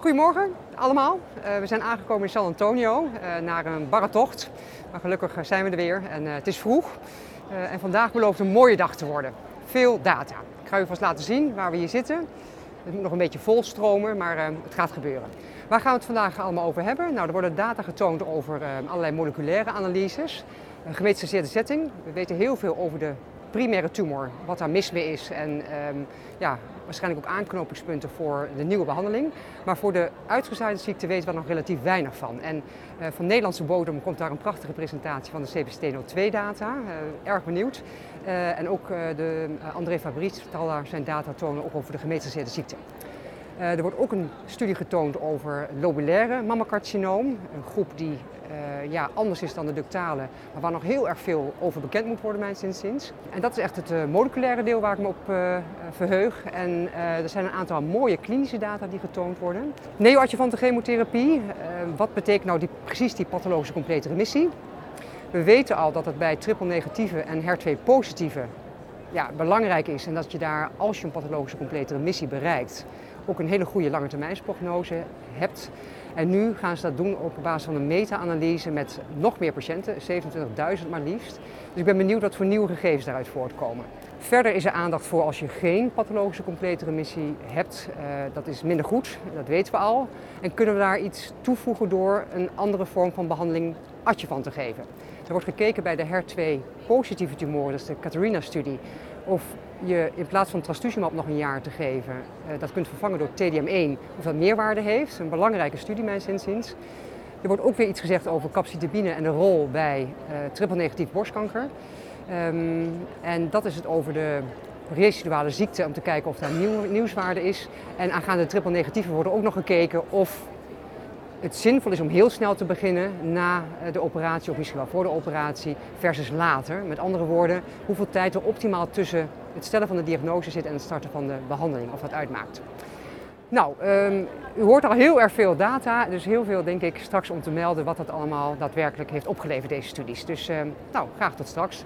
Goedemorgen allemaal. We zijn aangekomen in San Antonio naar een barre tocht. Maar gelukkig zijn we er weer en het is vroeg. En vandaag belooft een mooie dag te worden. Veel data. Ik ga u vast laten zien waar we hier zitten. Het moet nog een beetje volstromen, maar het gaat gebeuren. Waar gaan we het vandaag allemaal over hebben? Nou, er worden data getoond over allerlei moleculaire analyses. Een gemetastaseerde setting. We weten heel veel over de primaire tumor, wat daar mis mee is en waarschijnlijk ook aanknopingspunten voor de nieuwe behandeling. Maar voor de uitgezaaide ziekte weten we nog relatief weinig van. En van Nederlandse bodem komt daar een prachtige presentatie van de CPCT02-data. Erg benieuwd. En ook André Fabrice zal daar zijn data tonen ook over de gemetastaseerde ziekte. Er wordt ook een studie getoond over lobulaire mammacarcinoom. Een groep die anders is dan de ductale, maar waar nog heel erg veel over bekend moet worden, mijns inziens. En dat is echt het moleculaire deel waar ik me op verheug. En er zijn een aantal mooie klinische data die getoond worden. Neoadjuvante chemotherapie, wat betekent nou precies die pathologische complete remissie? We weten al dat het bij triple-negatieve en HER2-positieve belangrijk is en dat je daar, als je een pathologische complete remissie bereikt, ook een hele goede langetermijnsprognose hebt. En nu gaan ze dat doen op basis van een meta-analyse met nog meer patiënten, 27.000 maar liefst. Dus ik ben benieuwd wat voor nieuwe gegevens daaruit voortkomen. Verder is er aandacht voor als je geen pathologische complete remissie hebt. Dat is minder goed, dat weten we al. En kunnen we daar iets toevoegen door een andere vorm van behandeling adjuvant te geven. Er wordt gekeken bij de HER2-positieve tumoren, dat is de Catarina-studie, of je in plaats van trastuzumab nog een jaar te geven, dat kunt vervangen door TDM1, of dat meerwaarde heeft. Een belangrijke studie, mijns inziens. Er wordt ook weer iets gezegd over capecitabine en de rol bij triple-negatief borstkanker. En dat is het over de residuale ziekte, om te kijken of daar nieuwswaarde is. En aangaande de triple-negatieve wordt ook nog gekeken of het zinvol is om heel snel te beginnen na de operatie, of misschien wel voor de operatie, versus later. Met andere woorden, hoeveel tijd er optimaal tussen het stellen van de diagnose zit en het starten van de behandeling, of dat uitmaakt. Nou, u hoort al heel erg veel data, dus heel veel denk ik straks om te melden wat dat allemaal daadwerkelijk heeft opgeleverd, deze studies. Dus graag tot straks.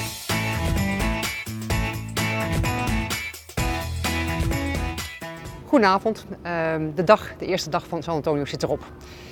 Goedenavond, de eerste dag van San Antonio zit erop.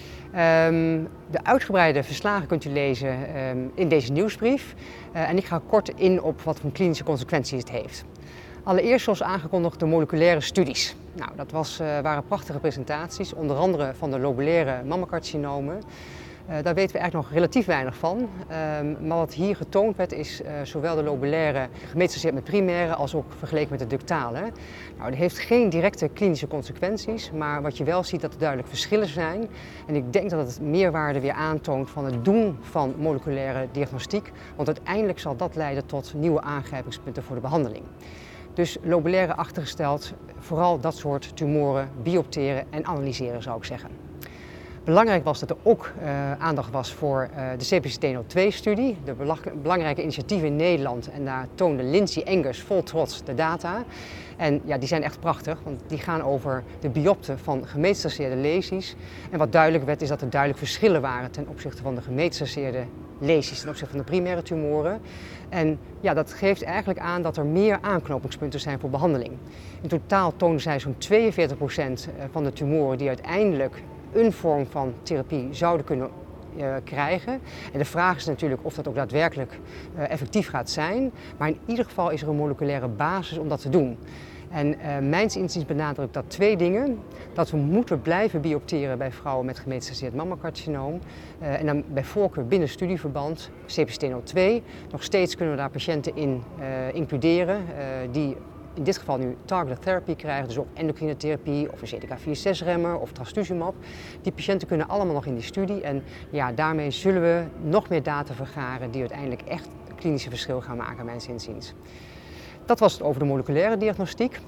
De uitgebreide verslagen kunt u lezen in deze nieuwsbrief. En ik ga kort in op wat voor klinische consequenties het heeft. Allereerst, zoals aangekondigd, de moleculaire studies. Nou, dat waren prachtige presentaties, onder andere van de lobulaire mammacarcinomen. Daar weten we eigenlijk nog relatief weinig van. Maar wat hier getoond werd is zowel de lobulaire gemetastaseerd met primaire als ook vergeleken met de ductale. Nou, dat heeft geen directe klinische consequenties, maar wat je wel ziet dat er duidelijk verschillen zijn. En ik denk dat het meerwaarde weer aantoont van het doen van moleculaire diagnostiek, want uiteindelijk zal dat leiden tot nieuwe aangrijpingspunten voor de behandeling. Dus lobulaire achtergesteld, vooral dat soort tumoren biopteren en analyseren, zou ik zeggen. Belangrijk was dat er ook aandacht was voor de CPCT02-studie, de belangrijke initiatief in Nederland. En daar toonde Lindsay Engers vol trots de data. En ja, die zijn echt prachtig, want die gaan over de biopten van gemetastaseerde lesies. En wat duidelijk werd is dat er duidelijk verschillen waren ten opzichte van de gemetastaseerde lesies, ten opzichte van de primaire tumoren. En ja, dat geeft eigenlijk aan dat er meer aanknopingspunten zijn voor behandeling. In totaal toonden zij zo'n 42% van de tumoren die uiteindelijk een vorm van therapie zouden kunnen krijgen. En de vraag is natuurlijk of dat ook daadwerkelijk effectief gaat zijn. Maar in ieder geval is er een moleculaire basis om dat te doen. En mijns inziens benadrukt dat twee dingen. Dat we moeten blijven biopteren bij vrouwen met gemetastaseerd mammacarcinoom. En dan bij voorkeur binnen studieverband, CPCT02. Nog steeds kunnen we daar patiënten in includeren die in dit geval nu targeted therapy krijgen, dus ook endocrine therapie of een CDK4/6-remmer of trastuzumab. Die patiënten kunnen allemaal nog in die studie en ja, daarmee zullen we nog meer data vergaren die uiteindelijk echt een klinische verschil gaan maken, mijns inziens. Dat was het over de moleculaire diagnostiek.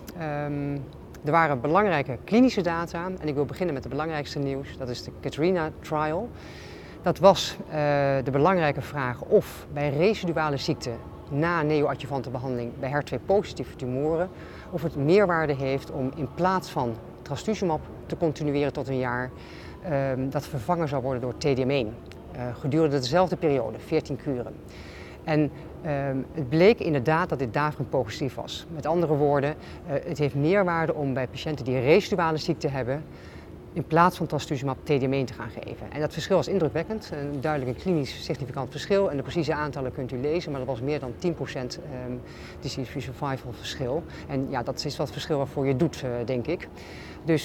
Er waren belangrijke klinische data en ik wil beginnen met het belangrijkste nieuws, dat is de Catarina trial. Dat was de belangrijke vraag of bij residuale ziekte na neoadjuvante behandeling bij HER2-positieve tumoren, of het meerwaarde heeft om in plaats van trastuzumab te continueren tot een jaar, dat vervangen zou worden door TDM1. Gedurende dezelfde periode, 14 kuren. En het bleek inderdaad dat dit daverend positief was. Met andere woorden, het heeft meerwaarde om bij patiënten die residuale ziekte hebben, in plaats van trastuzumab TDM1 te gaan geven. En dat verschil was indrukwekkend, duidelijk een klinisch significant verschil. En de precieze aantallen kunt u lezen, maar dat was meer dan 10% disease-free survival verschil. En ja, dat is wat verschil waarvoor je doet, denk ik. Dus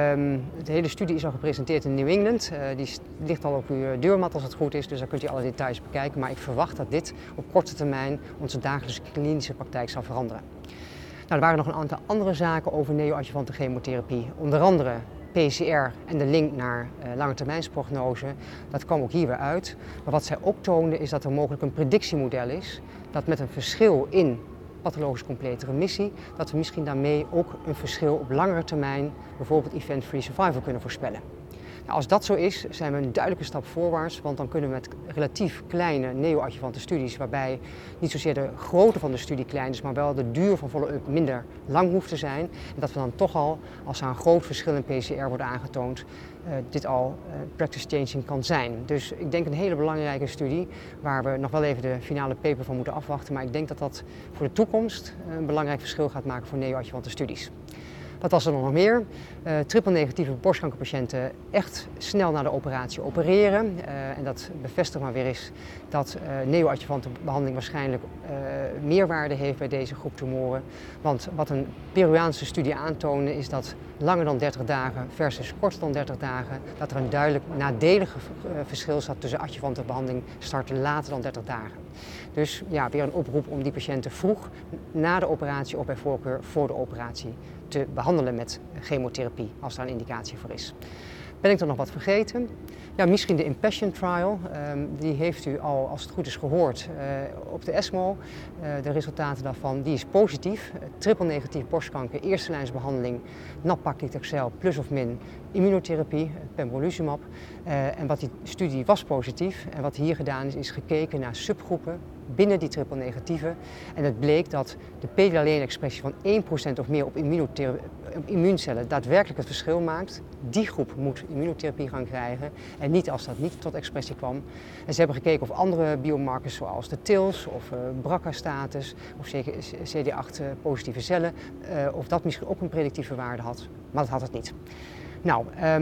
de hele studie is al gepresenteerd in New England. Die ligt al op uw deurmat als het goed is, dus daar kunt u alle details bekijken. Maar ik verwacht dat dit op korte termijn onze dagelijkse klinische praktijk zal veranderen. Nou, er waren nog een aantal andere zaken over neoadjuvante chemotherapie. Onder andere PCR en de link naar langetermijnsprognose. Dat kwam ook hier weer uit. Maar wat zij ook toonden is dat er mogelijk een predictiemodel is. Dat met een verschil in pathologisch complete remissie, dat we misschien daarmee ook een verschil op langere termijn, bijvoorbeeld event-free survival, kunnen voorspellen. Nou, als dat zo is, zijn we een duidelijke stap voorwaarts, want dan kunnen we met relatief kleine neoadjuvante studies, waarbij niet zozeer de grootte van de studie klein is, maar wel de duur van follow-up minder lang hoeft te zijn. En dat we dan toch al, als er een groot verschil in PCR wordt aangetoond, dit al practice changing kan zijn. Dus ik denk een hele belangrijke studie, waar we nog wel even de finale paper van moeten afwachten, maar ik denk dat dat voor de toekomst een belangrijk verschil gaat maken voor neoadjuvante studies. Wat was er nog meer? Triple-negatieve borstkankerpatiënten echt snel na de operatie opereren. En dat bevestigt maar weer eens dat neoadjuvante behandeling waarschijnlijk meerwaarde heeft bij deze groep tumoren. Want wat een Peruaanse studie aantoonde is dat langer dan 30 dagen versus korter dan 30 dagen, dat er een duidelijk nadelig verschil zat tussen adjuvante behandeling starten later dan 30 dagen. Dus ja, weer een oproep om die patiënten vroeg na de operatie of bij voorkeur voor de operatie te behandelen met chemotherapie, als daar een indicatie voor is. Ben ik er nog wat vergeten? Ja, misschien de Impassion Trial. Die heeft u al, als het goed is, gehoord op de ESMO. De resultaten daarvan, die is positief. Triple-negatief borstkanker, eerste lijnsbehandeling, nab-paclitaxel plus of min immunotherapie, pembrolizumab. En wat die studie was positief. En wat hier gedaan is gekeken naar subgroepen binnen die triple-negatieve. En het bleek dat de PD-L1-expressie van 1% of meer op immuuncellen daadwerkelijk het verschil maakt. Die groep moet immunotherapie gaan krijgen en niet als dat niet tot expressie kwam. En ze hebben gekeken of andere biomarkers zoals de TILs of BRCA-status of CD8-positieve cellen, of dat misschien ook een predictieve waarde had, maar dat had het niet. Nou,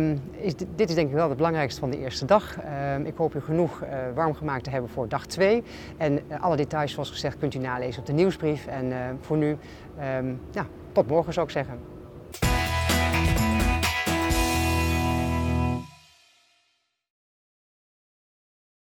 dit is denk ik wel het belangrijkste van de eerste dag. Ik hoop u genoeg warm gemaakt te hebben voor dag 2. En alle details, zoals gezegd, kunt u nalezen op de nieuwsbrief. En voor nu, ja, tot morgen zou ik zeggen.